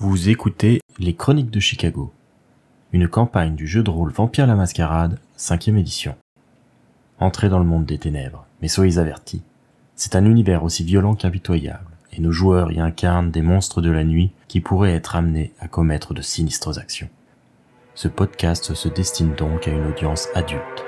Vous écoutez Les Chroniques de Chicago, une campagne du jeu de rôle Vampire la Mascarade, 5e édition. Entrez dans le monde des ténèbres, mais soyez avertis, c'est un univers aussi violent qu'impitoyable, et nos joueurs y incarnent des monstres de la nuit qui pourraient être amenés à commettre de sinistres actions. Ce podcast se destine donc à une audience adulte.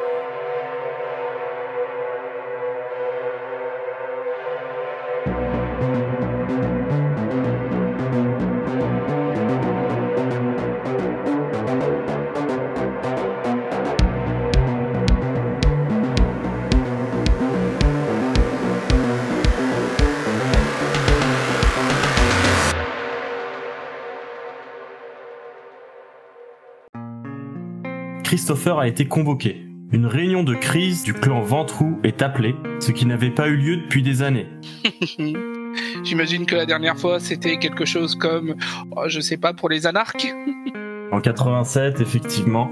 Christopher a été convoqué. Une réunion de crise du clan Ventroux est appelée, ce qui n'avait pas eu lieu depuis des années. J'imagine que la dernière fois, c'était quelque chose comme, je sais pas, pour les anarques. En 87, effectivement.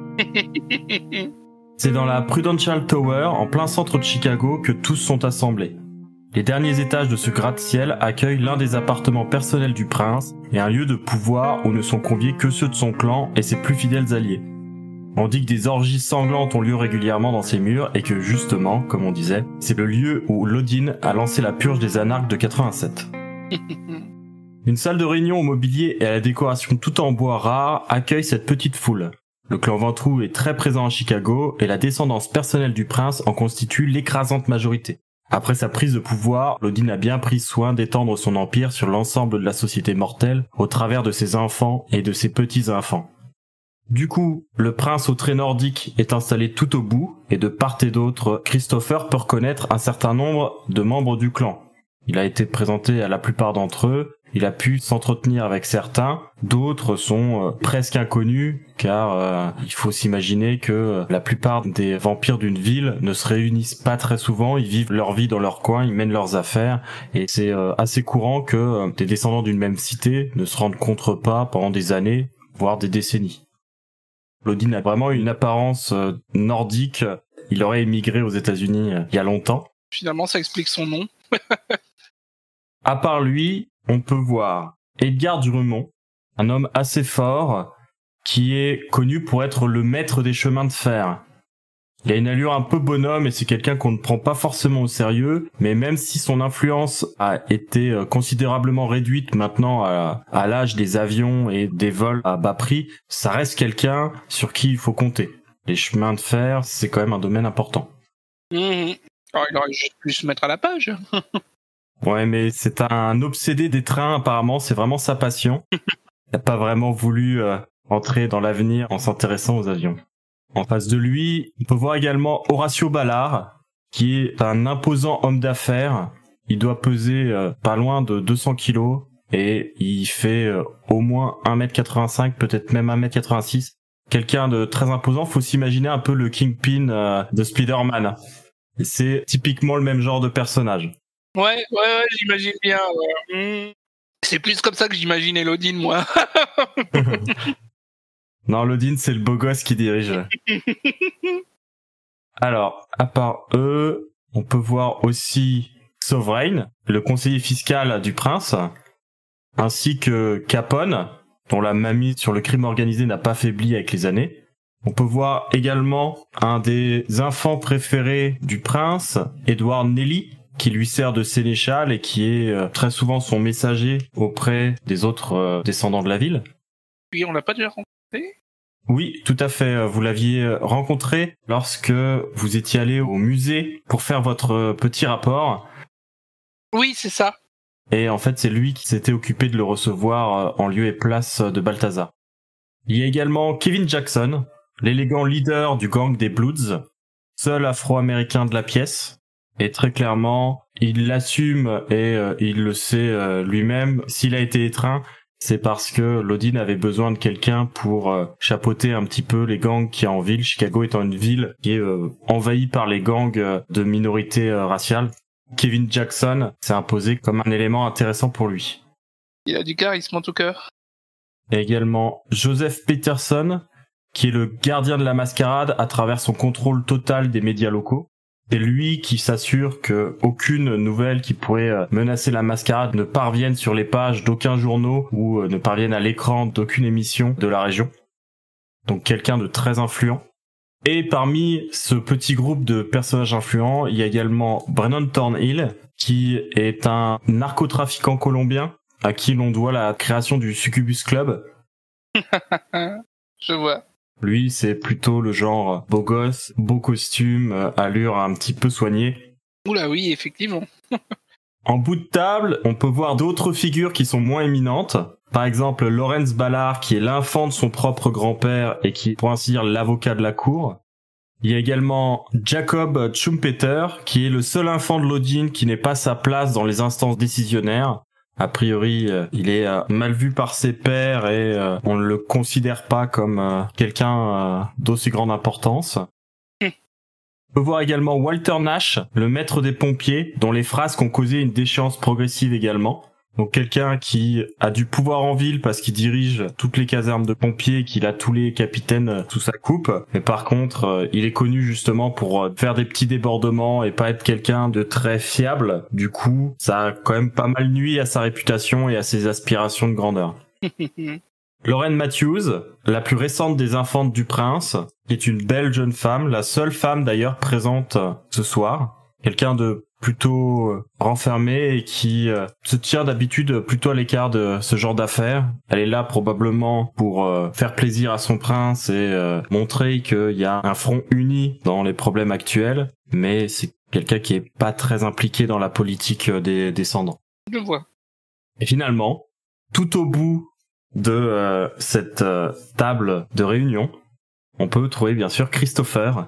C'est dans la Prudential Tower, en plein centre de Chicago, que tous sont assemblés. Les derniers étages de ce gratte-ciel accueillent l'un des appartements personnels du prince et un lieu de pouvoir où ne sont conviés que ceux de son clan et ses plus fidèles alliés. On dit que des orgies sanglantes ont lieu régulièrement dans ces murs et que justement, comme on disait, c'est le lieu où Lodin a lancé la purge des anarques de 87. Une salle de réunion au mobilier et à la décoration tout en bois rare accueille cette petite foule. Le clan Ventroux est très présent à Chicago et la descendance personnelle du prince en constitue l'écrasante majorité. Après sa prise de pouvoir, Lodin a bien pris soin d'étendre son empire sur l'ensemble de la société mortelle au travers de ses enfants et de ses petits-enfants. Du coup, le prince au trait nordique est installé tout au bout, et de part et d'autre, Christopher peut reconnaître un certain nombre de membres du clan. Il a été présenté à la plupart d'entre eux, il a pu s'entretenir avec certains, d'autres sont presque inconnus, car il faut s'imaginer que la plupart des vampires d'une ville ne se réunissent pas très souvent, ils vivent leur vie dans leur coin, ils mènent leurs affaires, et c'est assez courant que des descendants d'une même cité ne se rencontrent pas pendant des années, voire des décennies. Lodin a vraiment une apparence nordique. Il aurait émigré aux États-Unis il y a longtemps. Finalement, ça explique son nom. À part lui, on peut voir Edgar Drummond, un homme assez fort qui est connu pour être le maître des chemins de fer. Il a une allure un peu bonhomme et c'est quelqu'un qu'on ne prend pas forcément au sérieux, mais même si son influence a été considérablement réduite maintenant à l'âge des avions et des vols à bas prix, ça reste quelqu'un sur qui il faut compter. Les chemins de fer, c'est quand même un domaine important. Alors, il aurait juste pu se mettre à la page. Ouais, mais c'est un obsédé des trains apparemment, c'est vraiment sa passion. Il n'a pas vraiment voulu entrer dans l'avenir en s'intéressant aux avions. En face de lui, on peut voir également Horatio Ballard, qui est un imposant homme d'affaires. Il doit peser pas loin de 200 kilos et il fait au moins 1m85, peut-être même 1m86. Quelqu'un de très imposant, faut s'imaginer un peu le Kingpin de Spider-Man. Et c'est typiquement le même genre de personnage. Ouais, j'imagine bien. Ouais. C'est plus comme ça que j'imagine Lodin, moi. Non, Lodin, c'est le beau gosse qui dirige. Alors, à part eux, on peut voir aussi Sovereign, le conseiller fiscal du prince, ainsi que Capone, dont la mamie sur le crime organisé n'a pas faibli avec les années. On peut voir également un des enfants préférés du prince, Edward Nelly, qui lui sert de sénéchal et qui est très souvent son messager auprès des autres descendants de la ville. Puis on l'a pas déjà rencontré ? Oui, tout à fait. Vous l'aviez rencontré lorsque vous étiez allé au musée pour faire votre petit rapport. Oui, c'est ça. Et en fait, c'est lui qui s'était occupé de le recevoir en lieu et place de Balthazar. Il y a également Kevin Jackson, l'élégant leader du gang des Bloods, seul afro-américain de la pièce. Et très clairement, il l'assume et il le sait lui-même. S'il a été étreint, c'est parce que Lodin avait besoin de quelqu'un pour chapeauter un petit peu les gangs qu'il y a en ville. Chicago étant une ville qui est envahie par les gangs de minorités raciales. Kevin Jackson s'est imposé comme un élément intéressant pour lui. Il a du charisme en tout cas. Et également Joseph Peterson, qui est le gardien de la mascarade à travers son contrôle total des médias locaux. C'est lui qui s'assure que aucune nouvelle qui pourrait menacer la mascarade ne parvienne sur les pages d'aucun journaux ou ne parvienne à l'écran d'aucune émission de la région. Donc quelqu'un de très influent. Et parmi ce petit groupe de personnages influents, il y a également Brennan Thornhill, qui est un narcotrafiquant colombien à qui l'on doit la création du Succubus Club. Je vois. Lui, c'est plutôt le genre beau gosse, beau costume, allure un petit peu soignée. Oula oui, effectivement. En bout de table, on peut voir d'autres figures qui sont moins éminentes. Par exemple, Lawrence Ballard, qui est l'enfant de son propre grand-père et qui est, pour ainsi dire, l'avocat de la cour. Il y a également Jacob Schumpeter, qui est le seul enfant de Lodin qui n'ait pas sa place dans les instances décisionnaires. A priori, il est mal vu par ses pairs et on ne le considère pas comme quelqu'un d'aussi grande importance. On peut voir également Walter Nash, le maître des pompiers, dont les frasques ont causé une déchéance progressive également. Donc quelqu'un qui a du pouvoir en ville parce qu'il dirige toutes les casernes de pompiers et qu'il a tous les capitaines sous sa coupe. Mais par contre, il est connu justement pour faire des petits débordements et pas être quelqu'un de très fiable. Du coup, ça a quand même pas mal nui à sa réputation et à ses aspirations de grandeur. Lorraine Matthews, la plus récente des infantes du prince, qui est une belle jeune femme, la seule femme d'ailleurs présente ce soir. Quelqu'un de plutôt renfermée et qui se tient d'habitude plutôt à l'écart de ce genre d'affaires. Elle est là probablement pour faire plaisir à son prince et montrer qu'il y a un front uni dans les problèmes actuels, mais c'est quelqu'un qui est pas très impliqué dans la politique des descendants. Je vois. Et finalement, tout au bout de cette table de réunion, on peut trouver bien sûr Christopher.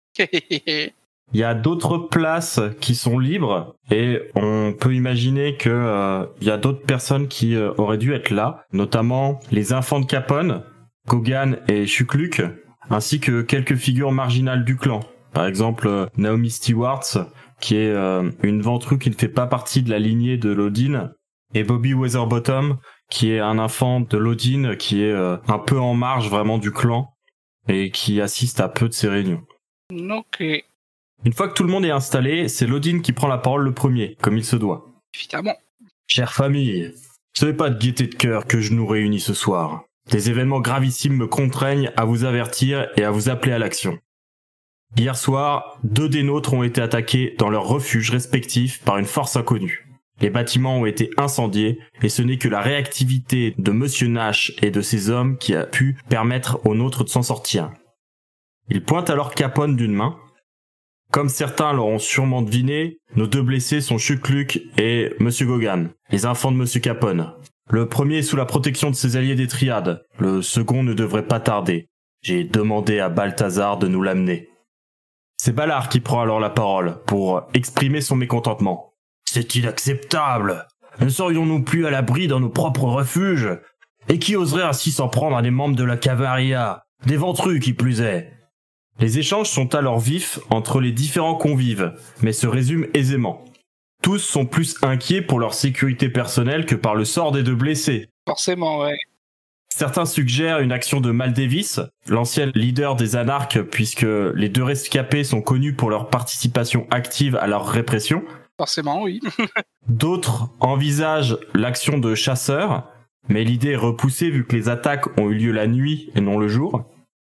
Il y a d'autres places qui sont libres et on peut imaginer que il y a d'autres personnes qui auraient dû être là, notamment les enfants de Capone, Gogan et Shukluk, ainsi que quelques figures marginales du clan. Par exemple, Naomi Stewart, qui est une ventrue qui ne fait pas partie de la lignée de Lodin, et Bobby Weatherbottom, qui est un enfant de Lodin qui est un peu en marge vraiment du clan et qui assiste à peu de ces réunions. Ok. Une fois que tout le monde est installé, c'est Lodin qui prend la parole le premier, comme il se doit. Évidemment. Chère famille, ce n'est pas de gaieté de cœur que je nous réunis ce soir. Des événements gravissimes me contraignent à vous avertir et à vous appeler à l'action. Hier soir, 2 des nôtres ont été attaqués dans leurs refuges respectifs par une force inconnue. Les bâtiments ont été incendiés et ce n'est que la réactivité de Monsieur Nash et de ses hommes qui a pu permettre aux nôtres de s'en sortir. Ils pointent alors Capone d'une main. Comme certains l'auront sûrement deviné, nos 2 blessés sont Shukluk et Monsieur Gogan, les enfants de Monsieur Capone. Le premier est sous la protection de ses alliés des triades, le second ne devrait pas tarder. J'ai demandé à Balthazar de nous l'amener. C'est Ballard qui prend alors la parole pour exprimer son mécontentement. C'est inacceptable! Ne serions-nous plus à l'abri dans nos propres refuges? Et qui oserait ainsi s'en prendre à des membres de la Camarilla? Des ventrus qui plus est! Les échanges sont alors vifs entre les différents convives, mais se résument aisément. Tous sont plus inquiets pour leur sécurité personnelle que par le sort des 2 blessés. Forcément, ouais. Certains suggèrent une action de Mal Davis, l'ancien leader des anarches, puisque les 2 rescapés sont connus pour leur participation active à leur répression. Forcément, oui. D'autres envisagent l'action de chasseurs, mais l'idée est repoussée vu que les attaques ont eu lieu la nuit et non le jour.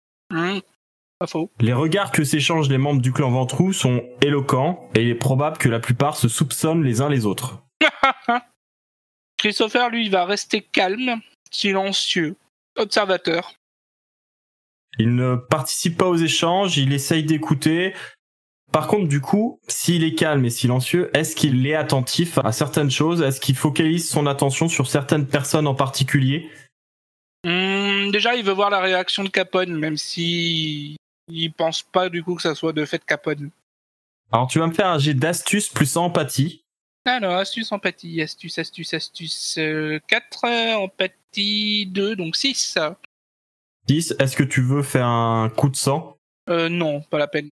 Pas faux. Les regards que s'échangent les membres du clan Ventrou sont éloquents et il est probable que la plupart se soupçonnent les uns les autres. Christopher, lui, il va rester calme, silencieux, observateur. Il ne participe pas aux échanges, il essaye d'écouter. Par contre, du coup, s'il est calme et silencieux, est-ce qu'il est attentif à certaines choses? Est-ce qu'il focalise son attention sur certaines personnes en particulier? Déjà, il veut voir la réaction de Capone, même si il pense pas du coup que ça soit de fait Capone. Alors, tu vas me faire un jet d'astuce plus empathie. Alors, astuce, empathie, astuce, 4, empathie 2, donc 6. 10, est-ce que tu veux faire un coup de sang? Non, pas la peine.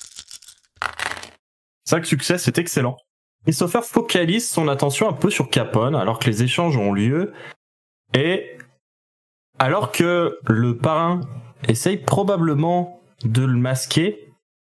5 succès, c'est excellent. Christopher focalise son attention un peu sur Capone alors que les échanges ont lieu et alors que le parrain essaye probablement de le masquer,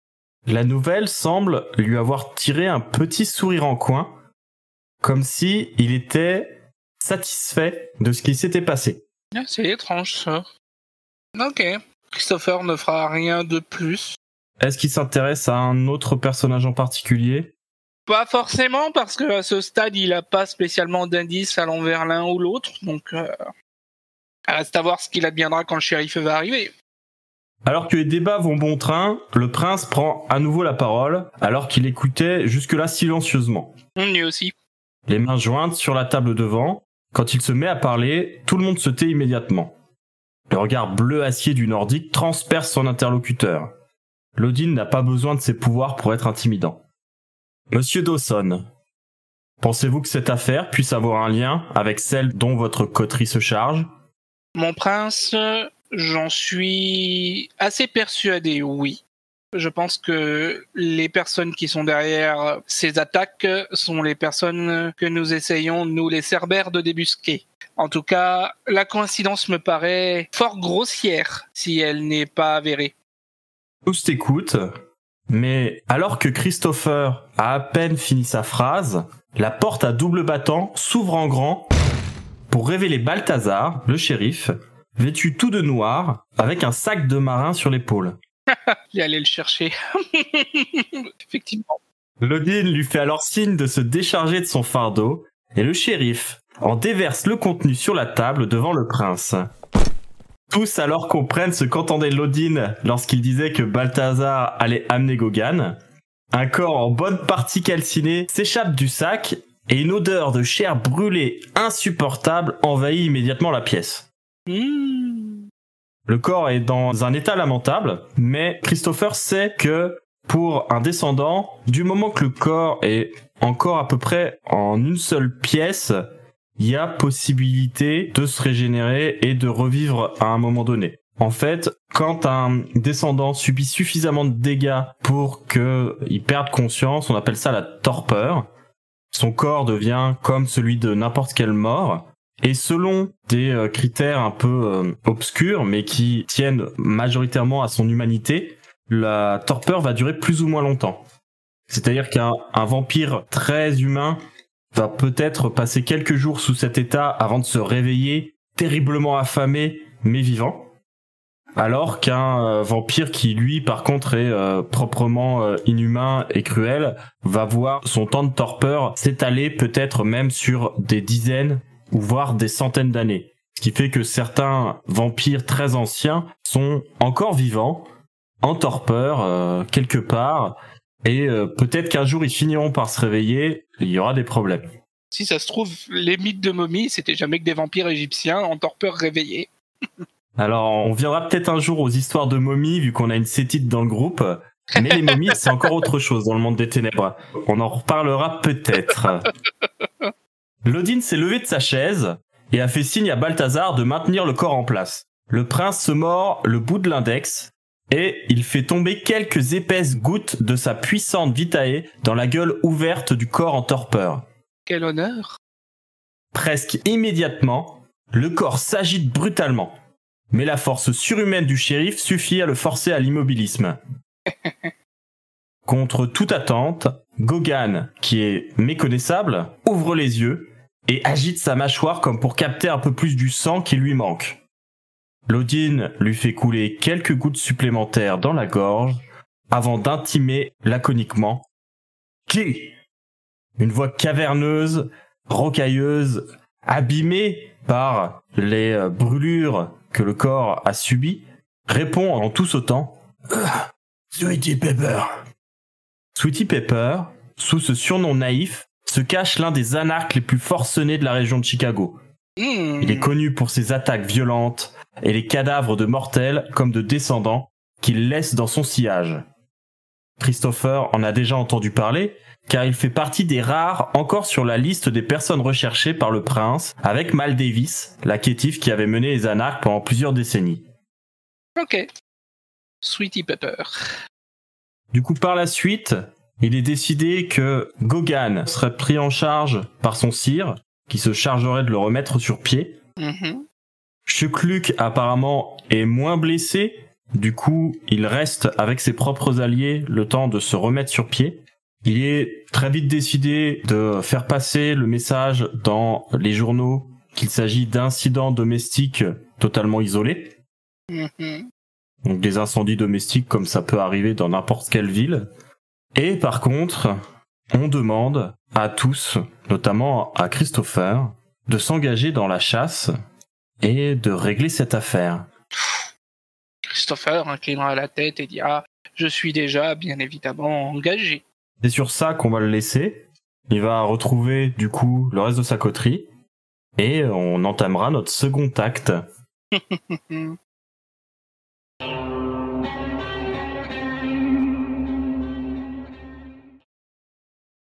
La nouvelle semble lui avoir tiré un petit sourire en coin, comme si il était satisfait de ce qui s'était passé. Ah, c'est étrange, ça. Ok. Christopher ne fera rien de plus. Est-ce qu'il s'intéresse à un autre personnage en particulier ? Pas forcément, parce qu'à ce stade, il n'a pas spécialement d'indices allant vers l'un ou l'autre, donc reste à voir ce qu'il adviendra quand le shérif va arriver. Alors que les débats vont bon train, le prince prend à nouveau la parole, alors qu'il écoutait jusque-là silencieusement. Lui aussi. Les mains jointes sur la table devant, quand il se met à parler, tout le monde se tait immédiatement. Le regard bleu acier du Nordique transperce son interlocuteur. Lodin n'a pas besoin de ses pouvoirs pour être intimidant. Monsieur Dawson, pensez-vous que cette affaire puisse avoir un lien avec celle dont votre coterie se charge ? Mon prince, j'en suis assez persuadé, oui. Je pense que les personnes qui sont derrière ces attaques sont les personnes que nous essayons, nous les Cerbères, de débusquer. En tout cas, la coïncidence me paraît fort grossière si elle n'est pas avérée. Tous t'écoutent, mais alors que Christopher a à peine fini sa phrase, la porte à double battant s'ouvre en grand pour révéler Balthazar, le shérif, vêtu tout de noir, avec un sac de marin sur l'épaule. Il est allé le chercher. Effectivement. Lodin lui fait alors signe de se décharger de son fardeau, et le shérif en déverse le contenu sur la table devant le prince. Tous alors comprennent ce qu'entendait Lodin lorsqu'il disait que Balthazar allait amener Gogan. Un corps en bonne partie calciné s'échappe du sac, et une odeur de chair brûlée insupportable envahit immédiatement la pièce. Le corps est dans un état lamentable, mais Christopher sait que pour un descendant, du moment que le corps est encore à peu près en une seule pièce, il y a possibilité de se régénérer et de revivre à un moment donné. En fait, quand un descendant subit suffisamment de dégâts pour qu'il perde conscience, on appelle ça la torpeur. Son corps devient comme celui de n'importe quel mort. Et selon des critères un peu obscurs, mais qui tiennent majoritairement à son humanité, la torpeur va durer plus ou moins longtemps. C'est-à-dire qu'un vampire très humain va peut-être passer quelques jours sous cet état avant de se réveiller, terriblement affamé, mais vivant. Alors qu'un vampire qui, lui, par contre, est proprement inhumain et cruel, va voir son temps de torpeur s'étaler peut-être même sur des dizaines ou voire des centaines d'années. Ce qui fait que certains vampires très anciens sont encore vivants, en torpeur, quelque part, et peut-être qu'un jour ils finiront par se réveiller, il y aura des problèmes. Si ça se trouve, les mythes de momies, c'était jamais que des vampires égyptiens en torpeur réveillés. Alors, on viendra peut-être un jour aux histoires de momies, vu qu'on a une cétite dans le groupe, mais les momies, c'est encore autre chose dans le monde des ténèbres. On en reparlera peut-être. Lodin s'est levé de sa chaise et a fait signe à Balthazar de maintenir le corps en place. Le prince se mord le bout de l'index et il fait tomber quelques épaisses gouttes de sa puissante vitae dans la gueule ouverte du corps en torpeur. Quel honneur! Presque immédiatement, le corps s'agite brutalement. Mais la force surhumaine du shérif suffit à le forcer à l'immobilisme. Contre toute attente, Gogan, qui est méconnaissable, ouvre les yeux et agite sa mâchoire comme pour capter un peu plus du sang qui lui manque. Lodin lui fait couler quelques gouttes supplémentaires dans la gorge avant d'intimer laconiquement « Qui ?» Une voix caverneuse, rocailleuse, abîmée par les brûlures que le corps a subies, répond en tout sautant « Sweetie Pepper ». Sweetie Pepper, sous ce surnom naïf, se cache l'un des anarques les plus forcenés de la région de Chicago. Il est connu pour ses attaques violentes et les cadavres de mortels comme de descendants qu'il laisse dans son sillage. Christopher en a déjà entendu parler, car il fait partie des rares encore sur la liste des personnes recherchées par le prince, avec Mal Davis, la chétif qui avait mené les anarques pendant plusieurs décennies. Ok. Sweetie Pepper. Du coup, par la suite, il est décidé que Gogan serait pris en charge par son sire, qui se chargerait de le remettre sur pied. Chukluk, apparemment, est moins blessé, Du coup, il reste avec ses propres alliés le temps de se remettre sur pied. Il est très vite décidé de faire passer le message dans les journaux qu'il s'agit d'incidents domestiques totalement isolés. Mhm. Donc des incendies domestiques comme ça peut arriver dans n'importe quelle ville. Et par contre, on demande à tous, notamment à Christopher, de s'engager dans la chasse et de régler cette affaire. Christopher inclinera la tête et dira « Je suis déjà, bien évidemment, engagé. C'est sur ça qu'on va le laisser. Il va retrouver du coup le reste de sa coterie et on entamera notre second acte. »